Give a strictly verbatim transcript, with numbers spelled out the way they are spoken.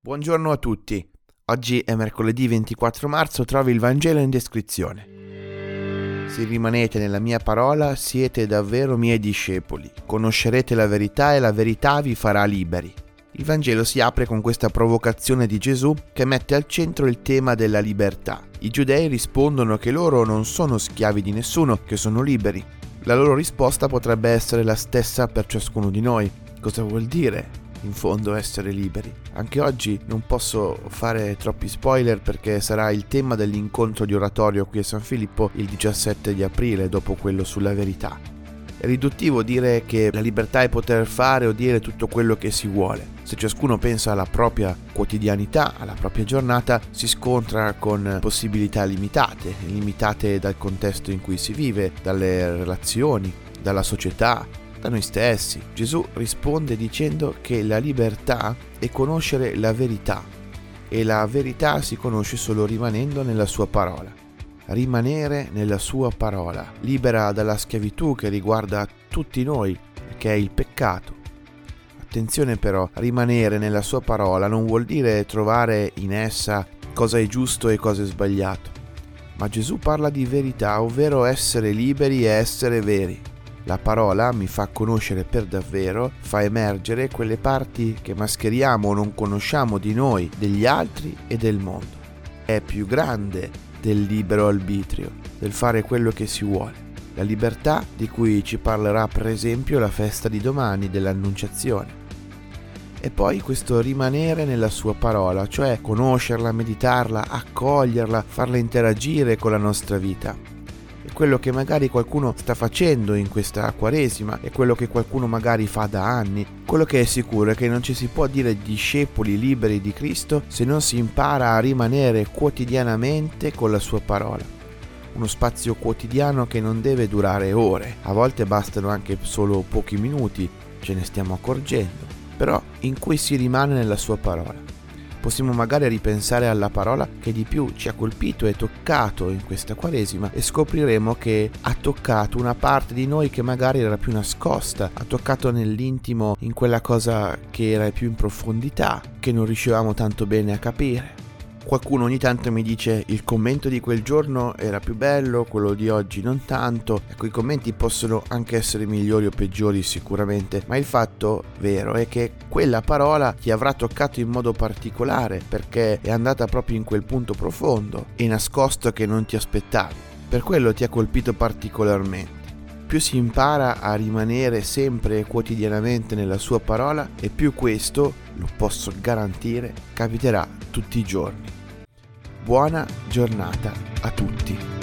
Buongiorno a tutti. Oggi è mercoledì ventiquattro marzo, trovi il Vangelo in descrizione. Se rimanete nella mia parola, siete davvero miei discepoli. Conoscerete la verità e la verità vi farà liberi. Il Vangelo si apre con questa provocazione di Gesù che mette al centro il tema della libertà. I giudei rispondono che loro non sono schiavi di nessuno, che sono liberi. La loro risposta potrebbe essere la stessa per ciascuno di noi. Cosa vuol dire? In fondo essere liberi. Anche oggi non posso fare troppi spoiler perché sarà il tema dell'incontro di oratorio qui a San Filippo il diciassette di aprile, dopo quello sulla verità. È riduttivo dire che la libertà è poter fare o dire tutto quello che si vuole. Se ciascuno pensa alla propria quotidianità, alla propria giornata, si scontra con possibilità limitate, limitate dal contesto in cui si vive, dalle relazioni, dalla società, da noi stessi. Gesù risponde dicendo che la libertà è conoscere la verità e la verità si conosce solo rimanendo nella sua parola. Rimanere nella sua parola, libera dalla schiavitù che riguarda tutti noi, che è il peccato. Attenzione però, rimanere nella sua parola non vuol dire trovare in essa cosa è giusto e cosa è sbagliato, ma Gesù parla di verità, ovvero essere liberi e essere veri. La parola mi fa conoscere per davvero, fa emergere quelle parti che mascheriamo o non conosciamo di noi, degli altri e del mondo. È più grande del libero arbitrio, del fare quello che si vuole. La libertà di cui ci parlerà per esempio la festa di domani dell'Annunciazione. E poi questo rimanere nella sua parola, cioè conoscerla, meditarla, accoglierla, farla interagire con la nostra vita. È quello che magari qualcuno sta facendo in questa Quaresima, è quello che qualcuno magari fa da anni. Quello che è sicuro è che non ci si può dire discepoli liberi di Cristo se non si impara a rimanere quotidianamente con la sua parola. Uno spazio quotidiano che non deve durare ore, a volte bastano anche solo pochi minuti, ce ne stiamo accorgendo, però in cui si rimane nella sua parola. Possiamo magari ripensare alla parola che di più ci ha colpito e toccato in questa Quaresima e scopriremo che ha toccato una parte di noi che magari era più nascosta, ha toccato nell'intimo, in quella cosa che era più in profondità, che non riuscivamo tanto bene a capire. Qualcuno ogni tanto mi dice il commento di quel giorno era più bello, quello di oggi non tanto. Ecco, i commenti possono anche essere migliori o peggiori sicuramente, ma il fatto vero è che quella parola ti avrà toccato in modo particolare perché è andata proprio in quel punto profondo e nascosto che non ti aspettavi. Per quello ti ha colpito particolarmente. Più si impara a rimanere sempre e quotidianamente nella sua parola e più questo, lo posso garantire, capiterà tutti i giorni. Buona giornata a tutti.